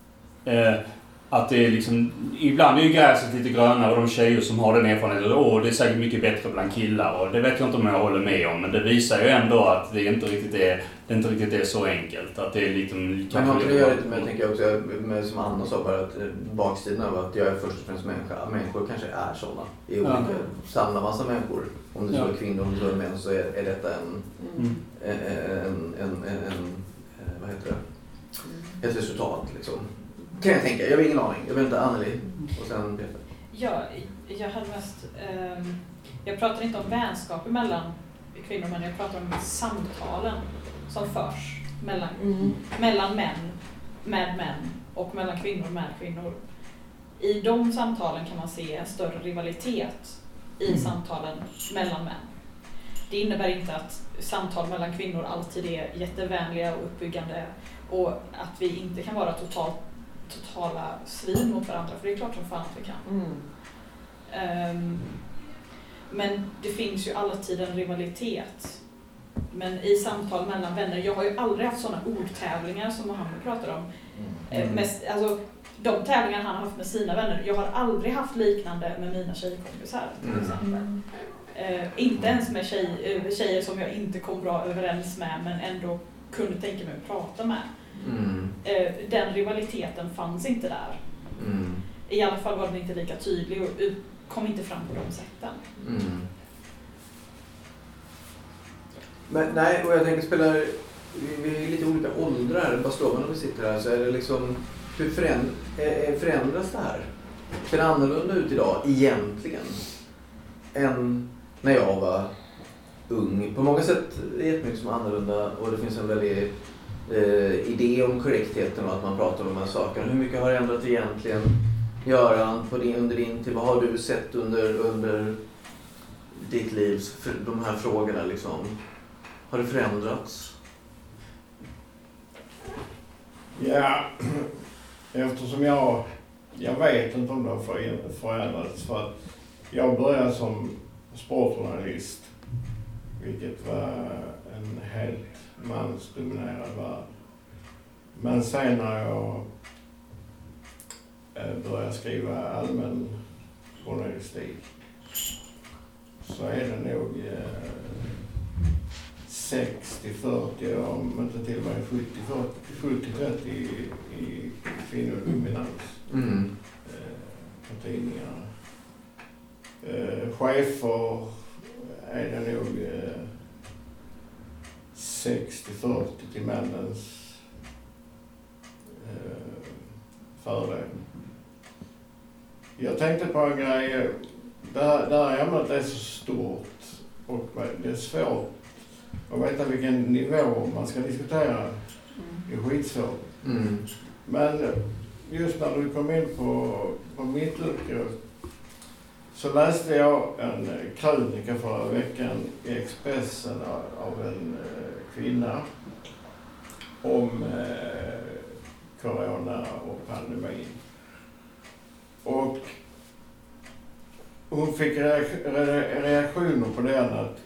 att det är liksom, ibland är ju gräset lite grönare och de tjejer som har den erfarenheten, det är säkert mycket bättre bland killar och det vet jag inte om jag håller med om, men det visar ju ändå att det inte riktigt är så enkelt. Att det är lite, men har inte det göra lite med, jag tänker också, med, som Anna sa bara, att baksidan av att jag är först och främst människa. Människor kanske är sådana i olika, samla massa människor. Om det så är kvinnor, om det så är män, så är detta vad heter det? Ett resultat liksom. Kan jag tänka, jag har ingen aning. Jag vet inte, Anneli och sen Peter. Ja, jag hade mest... jag pratar inte om vänskap mellan kvinnor, men jag pratar om samtalen som förs mellan män med män och mellan kvinnor med kvinnor. I de samtalen kan man se en större rivalitet i samtalen mellan män. Det innebär inte att samtal mellan kvinnor alltid är jättevänliga och uppbyggande och att vi inte kan vara totala svin mot varandra, för det är klart som fan att vi kan. Men det finns ju alltid en rivalitet. Men i samtal mellan vänner, jag har ju aldrig haft sådana ordtävlingar som Mohammed pratar om. Alltså, de tävlingar han har haft med sina vänner, jag har aldrig haft liknande med mina tjejkompisar till exempel. Inte ens med tjejer som jag inte kom bra överens med men ändå kunde tänka mig att prata med. Den rivaliteten fanns inte där. I alla fall var den inte lika tydlig och kom inte fram på de sätten. Men nej, och jag tänker vi är lite olika åldrar här, bara slår man när vi sitter här, så är det liksom, hur förändras det här? Ser det annorlunda ut idag egentligen än när jag var ung? På många sätt är det jättemycket som är annorlunda och det finns en väldigt idé om korrektheten och att man pratar om de här sakerna. Hur mycket har det ändrat egentligen, Göran, under din tid? Vad har du sett under ditt liv, de här frågorna liksom? Har det förändrats? Ja, eftersom jag vet inte om det har förändrats, för att jag började som sportjournalist, vilket var en helt mansdominerad värld. Men sen när jag började skriva allmän journalistik så är det nog 60-40, om inte till och med 70-30 i kvinnodominans på tidningarna. Chefer är det nog 60-40 till männens fördel. Jag tänkte på en grej. Det här ämnet är så stort och det är svårt att veta vilken nivå man ska diskutera. Det är skitsvårt. Men just när du kom in på mitt yrke så läste jag en krönika förra veckan i Expressen av en kvinna om corona och pandemin. Och hon fick reaktioner på den att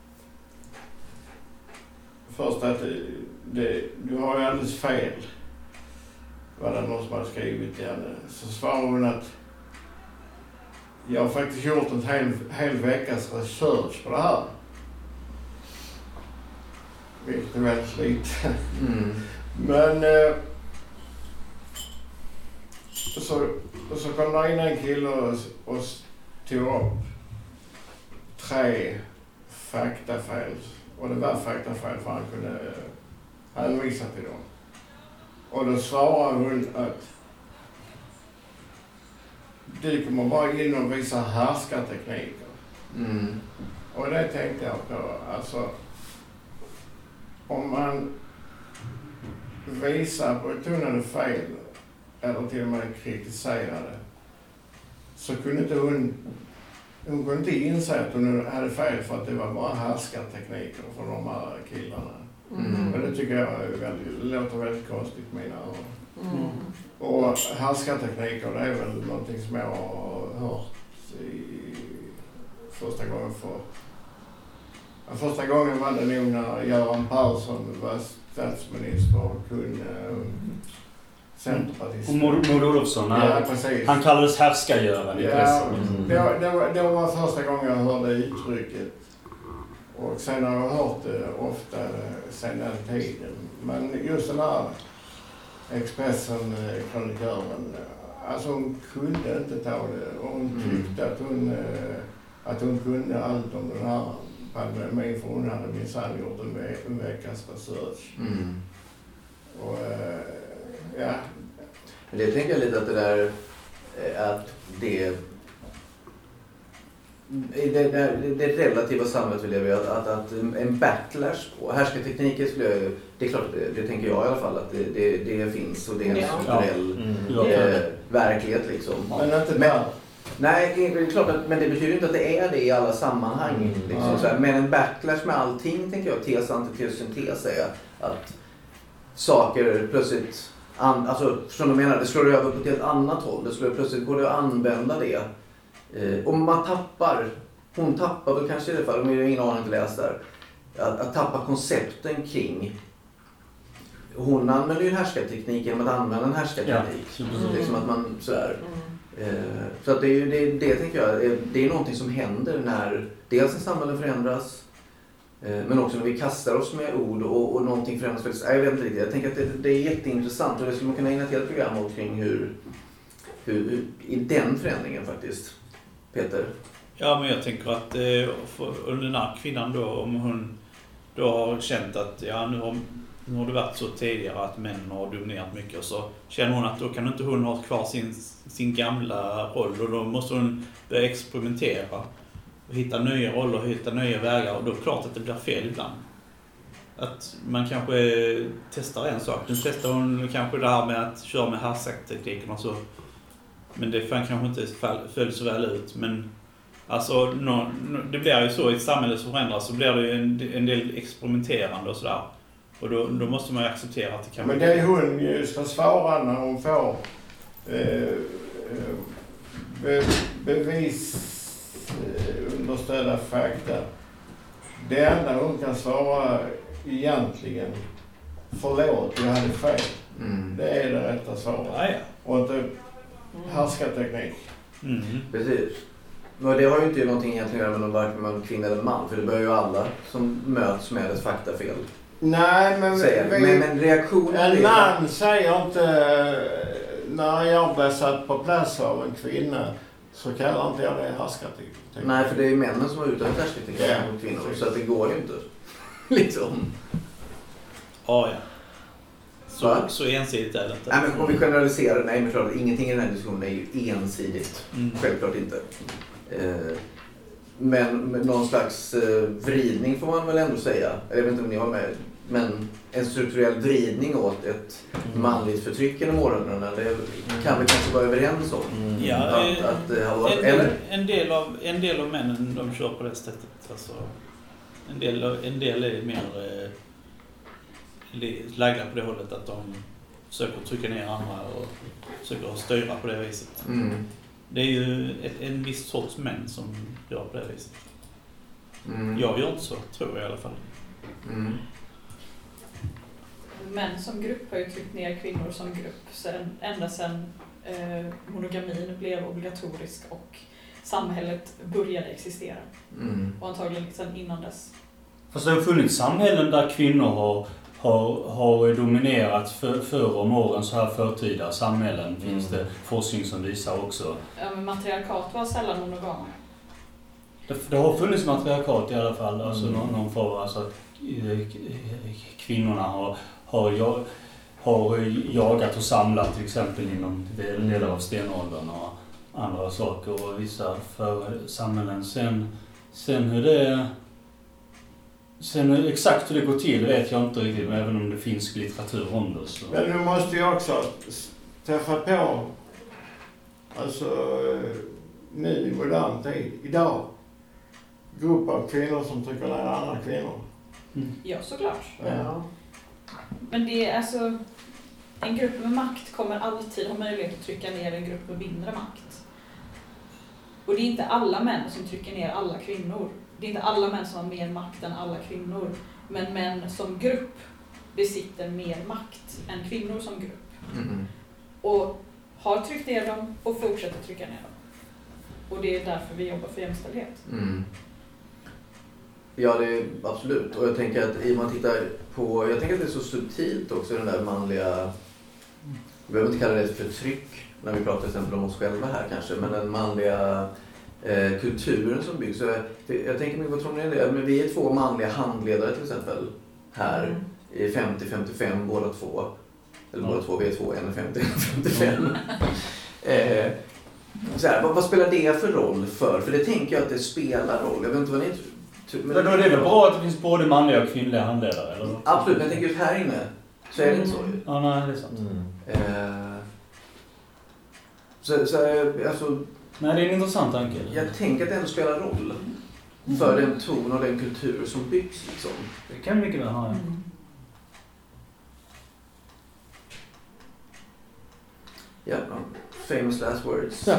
först att du har ju alldeles fel, var det någon som hade skrivit till henne. Så svarade hon att jag har faktiskt gjort en hel veckas research på det här. Vilket är väldigt lite. Men så kom det in en kille och tog upp 3 faktafel. Och det var faktafel för han kunde hänvisa till dem. Och då svarade hon att du kommer bara in och visa härskartekniker. Och det tänkte jag på. Alltså, om man visar på betonade fel eller till och med kritiserade, så kunde inte hon kunde inte inse att hon hade fel för att det var bara härskartekniker från de här killarna. Men det tycker jag låter väldigt konstigt i mina öron. Och härskartekniker, det är väl någonting som jag har hört första gången var det nog när Göran Persson var statsminister och kunde centerpartist. Och Maud Olofsson, ja, precis. Han kallades härskargöraren i pressen. Det var första gången jag hörde uttrycket. Och sen har jag hört det ofta sen den tiden. Men just den här Expressen-kronikören, alltså hon kunde inte ta det. Och hon tyckte att hon kunde allt om den här pandemin, för hon hade minsann gjort en veckas research. Och ja. Men det tänker jag lite att det där, att det det relativa samhället vi lever i, att en backlash på härskartekniker det är klart, det tänker jag i alla fall, att det finns och det är en strukturell verklighet liksom. Men inte där. Nej, det är klart men det betyder inte att det är det i alla sammanhang. Liksom, så här. Men en backlash med allting, tänker jag, tes, antites, syntes är att saker plötsligt, alltså som de menar, det slår över på ett helt annat håll. Det slår plötsligt, går det att använda det. Om man hon tappar väl kanske i det fall, om jag ingen aning inte läst där, att tappa koncepten kring. Hon använder ju en härskarteknik genom att använda en härskarteknik. Liksom att man sådär. Så att det tänker jag, det är någonting som händer när dels en samhälle förändras, men också när vi kastar oss med ord och någonting förändras faktiskt. Jag vet inte riktigt, jag tänker att det är jätteintressant och det skulle man kunna ägna ett helt program åt kring hur i den förändringen faktiskt. Peter? Ja, men jag tänker att under den här kvinnan då, om hon då har känt att nu har det varit så tidigare att männen har dominerat mycket, och så känner hon att då kan inte hon ha kvar sin gamla roll, och då måste hon börja experimentera och hitta nya roller och hitta nya vägar, och då är det klart att det blir fel ibland. Att man kanske testar en sak. Nu testar hon kanske det här med att köra med härskartekniken och så, men det kanske inte följer så väl ut. Men alltså, det blir ju så i ett samhälle som förändras, så blir det ju en del experimenterande och sådär. Och då måste man ju acceptera att det kan... Men det hon ju ska svara när hon får bevis understödda fakta. Det enda hon kan svara egentligen, förlåt, jag hade fel. Det är det rätta svaret. Ja. Och inte härskarteknik. Precis. Men det har ju inte någonting egentligen att göra med varken man kvinna eller man, för det börjar ju alla som möts med ett faktafel. Nej, men reaktionen... En man säger inte, när jag blir satt på plats av en kvinna, så kallar inte jag det härskarteknik. Nej, för det är männen som har utövat härskarteknik mot kvinnor, så att det går ju inte. Liksom. Ja. Så ensidigt är det inte. Nej, men om vi generaliserar, nej men klart, ingenting i den här diskussionen är ju ensidigt. Självklart inte. Men någon slags vridning får man väl ändå säga. Jag vet inte om ni har med, men en strukturell vridning åt ett manligt förtryck genom århundradena, det kan vi kanske vara överens om. En del av männen, de kör på det sättet. Alltså, en del är mer lagda på det hållet att de försöker trycka ner andra och försöker styra på det viset. Det är ju en viss sorts män som gör på det viset. Jag gör inte så, tror jag i alla fall. Män som grupp har ju tryckt ner kvinnor som grupp ända sedan monogamin blev obligatorisk och samhället började existera. Och antagligen sedan innan dess. Fast det har funnits samhällen där kvinnor har dominerat förr om åren, så här förtida samhällen finns det forskning som visar också. Ja, men matriarkat var sällan monogama. Det har funnits matriarkat i alla fall, alltså någon form, alltså att kvinnorna har jagat och samlat till exempel inom delar av stenåldern och andra saker, och vissa för samhällen. Sen exakt hur det går till vet jag inte riktigt, även om det finns litteratur om det. Så. Men nu måste jag också träffa på, alltså nu i modern tid, idag, grupp av kvinnor som trycker ner andra kvinnor. Ja, såklart. Ja. Men det är alltså, en grupp med makt kommer alltid ha möjlighet att trycka ner en grupp med mindre makt. Och det är inte alla män som trycker ner alla kvinnor. Det är inte alla män som har mer makt än alla kvinnor. Men män som grupp besitter mer makt än kvinnor som grupp. Och har tryckt ner dem och fortsätter trycka ner dem. Och det är därför vi jobbar för jämställdhet. Ja, det är absolut. Och jag tänker att man tittar på, jag tänker att det är så subtilt också, den där manliga, vi behöver inte kalla det förtryck när vi pratar till exempel om oss själva här kanske, men den manliga kulturen som byggs. Jag tänker mig, vad tror ni är det? Men vi är 2 manliga handledare till exempel här i 50-55 båda två. Eller båda två, vi är 2, en är 50, 55. Så här, vad spelar det för roll för det tänker jag att det spelar roll. Jag vet inte vad ni tror. Men då är det väl bra att det finns både manliga och kvinnliga handledare? Eller? Absolut, men jag tänker just här inne så är det inte så. Ja, nej, det är sant. Alltså, nej, det är en intressant tanke. Jag tänker att det ändå spelar roll för den ton och den kultur som byggs liksom. Det kan mycket väl ha, ja. Ja, famous last words.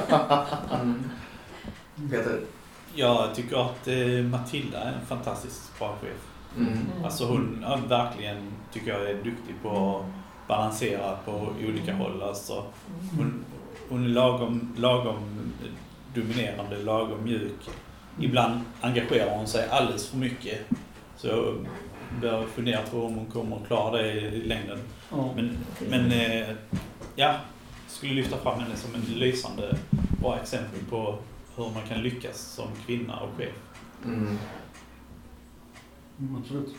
Peter? Jag tycker att Matilda är en fantastiskt bra chef. Alltså hon verkligen tycker jag är duktig på att balansera på olika håll. Alltså, hon är lagom dominerande, lagom mjuk. Ibland engagerar hon sig alldeles för mycket. Så jag börjar fundera på om hon kommer att klara det i längden. Men skulle lyfta fram henne som en lysande bra exempel på hur man kan lyckas som kvinna och chef. Absolut.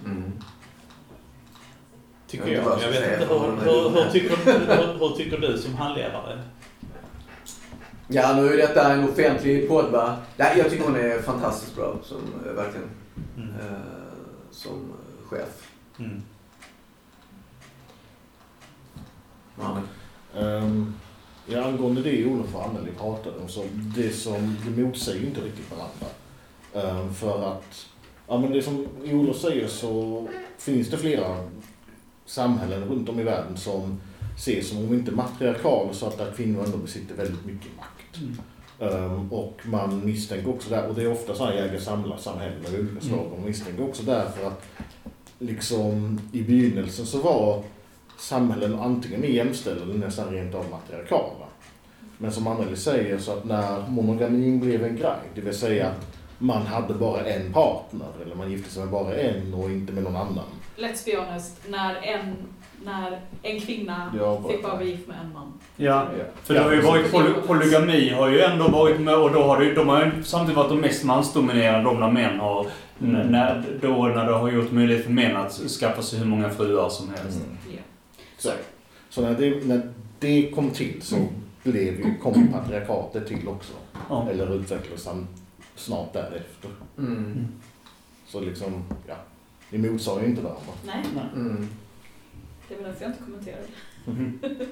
Tycker jag. Jag vet inte, hur tycker du som handledare? Ja, nu är detta en offentlig podd, va? Nej, jag tycker hon är fantastiskt bra som verkligen som chef. Ja, angående det Olof och Anneli pratade om, så det motsäger inte riktigt varandra. För att, ja men det som Olof säger, så finns det flera samhällen runt om i världen som ses som om inte matriarkal, så att där kvinnor ändå besitter väldigt mycket makt. Och man misstänker också där, och det är ofta så här jägar-samlar-samhällen av olika slag, och man misstänker också därför att liksom i begynnelsen så var samhällen antingen mer jämställda eller nästan rent av matriarkala. Men som Anneli säger, så att när monogamin blev en grej, det vill säga att man hade bara en partner, eller man gifte sig med bara en och inte med någon annan. Let's be honest, när en kvinna fick bara bli gift med en man. Ja, för det har ju varit polygami har ju ändå varit med, och då har de har ju samtidigt varit de mest mansdominerade, de när män har när det har gjort möjlighet för män att skaffa sig hur många fruar som helst. Så när det kom till så kom patriarkatet till också. Eller utvecklades snart därefter. Så liksom, ja, det motsäger ju inte varandra. Nej. Det är väl därför jag inte kommenterar det.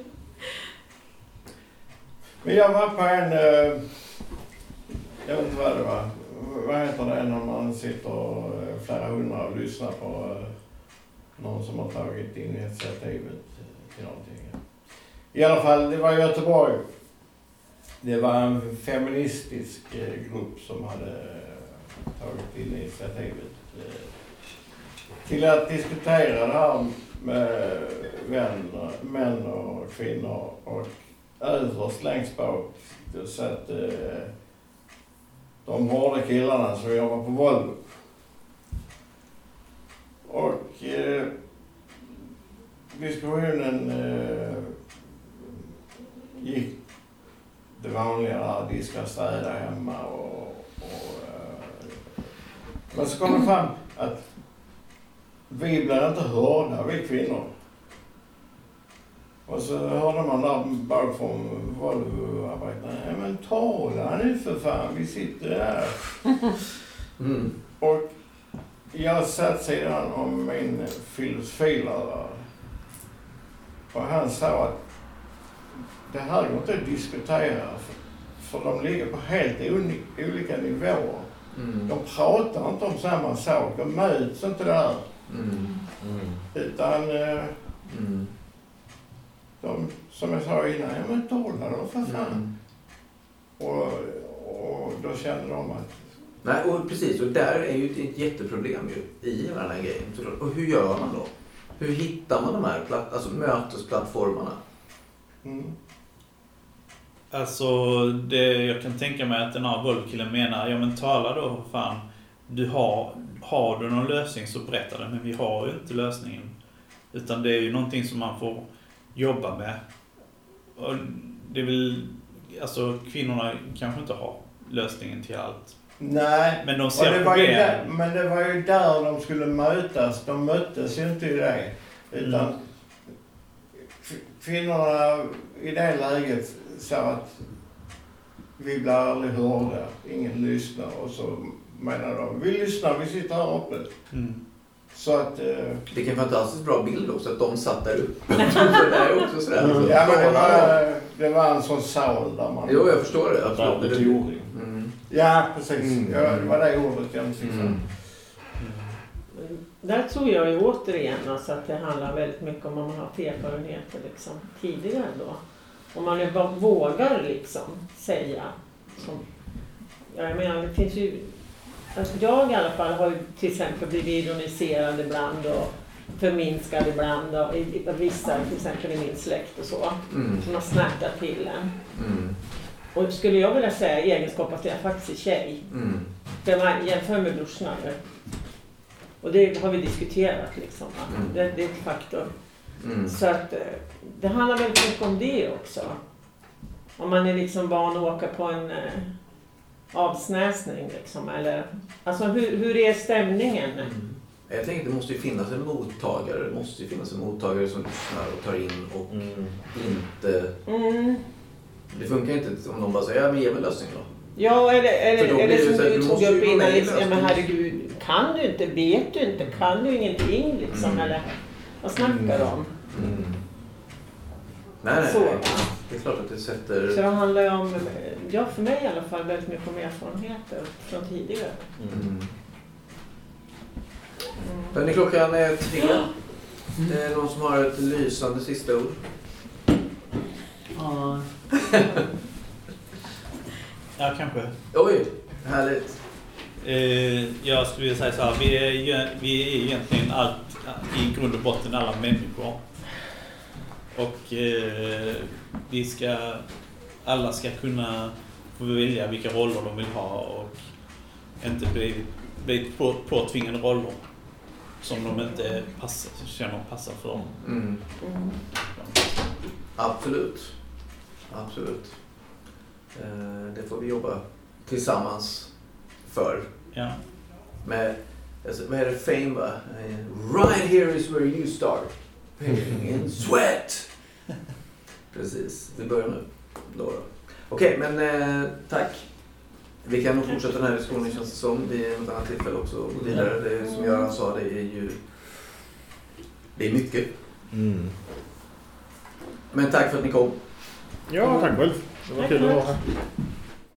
Men jag var på en, jag vet inte vad det var. Vad heter det när man sitter flera hundra och lyssnar på någon som har tagit initiativet till någonting. I alla fall, det var i Göteborg. Det var en feministisk grupp som hade tagit initiativet till att diskutera det här med män och kvinnor, och överst längst bak så att de hårda killarna som jobbar på Volvo. Och diskussionen gick det vanliga där, diska, städa hemma men så kom det fram att vi blir inte hörda, vi kvinnor. Och så hörde man där bakifrån Volvo-arbetarna, nej men tala nu för fan, vi sitter där. Och jag satt sedan om min filosofilärare, och han sa att det här går inte att diskutera, för de ligger på helt olika nivåer. De pratar inte om samma sak, de möts inte där. Utan de, som jag sa innan, ja men tala då för fan. Och då kände de att... Nej, och precis, och där är ju ett jätteproblem ju i hela den här grejen. Och hur gör man då? Hur hittar man de här mötesplattformarna? Alltså, jag kan tänka mig att den här Volvo-killen menar, ja men tala då för fan. Har du någon lösning så berätta det, men vi har ju inte lösningen. Utan det är ju någonting som man får jobba med. Och det är väl, alltså kvinnorna kanske inte har lösningen till allt. Nej, men de ser men det var ju där de skulle mötas. De möttes ju inte i det. Utan kvinnorna i det läget sa att vi blir aldrig hörda, ingen lyssnar och så menar de, vi lyssnar, vi sitter här uppe. Så att... Det kan vara en fantastiskt bra bild också, att de satt där uppe. Det är också sådär. Ja, men det var en sån sal där man... Jo, jag förstår det. Absolut. Ja, precis. Ja, det var det ordet jag inte fick fram. Där tror jag ju återigen alltså att det handlar väldigt mycket om man har haft erfarenheter liksom, tidigare då. Om man vågar liksom säga. Som, jag menar, det finns ju... Alltså jag i alla fall har ju till exempel blivit ironiserad ibland och förminskad ibland av vissa, till exempel i min släkt och så. Som har snackat till en. Och skulle jag vilja säga i egenskap att jag faktiskt är tjej. För man jämför med brorsorna nu. Och det har vi diskuterat liksom. Det är ett faktum. Så att det handlar väldigt mycket om det också. Om man är liksom van att åka på en avsnäsning liksom. Eller, alltså hur är stämningen? Jag tänker att det måste ju finnas en mottagare. Det måste ju finnas en mottagare som lyssnar och tar in och inte... Det funkar inte om någon bara säger, ja men ge mig lösning då. Ja, eller som du tog upp innan, liksom, ja men herregud, kan du inte, vet du inte, kan du ingenting liksom, eller vad snackar du om? Nej, så, det är klart att det sätter... Så det handlar ju om, ja för mig i alla fall, väldigt mycket om erfarenheter från tidigare. Hörrni, klockan är 3. Det är någon som har ett lysande sista ord. Ja, kanske. Oj, härligt. Jag skulle vilja säga så här, vi är egentligen i grund och botten alla människor. Och alla ska kunna få välja vilka roller de vill ha och inte bli påtvingade roller som de inte känner passar för dem. Absolut. Det får vi jobba tillsammans för. Ja. Med, alltså, vad är det, fame va? Right here is where you start. In sweat. Precis, vi börjar nu. Okej, men tack. Vi kan nog fortsätta den här diskussionen, känns det som. Det är ett annat tillfälle också. Och vidare, det som Göran sa, det är mycket. Men tack för att ni kom. Ja, tack själv. Det var kul att vara här.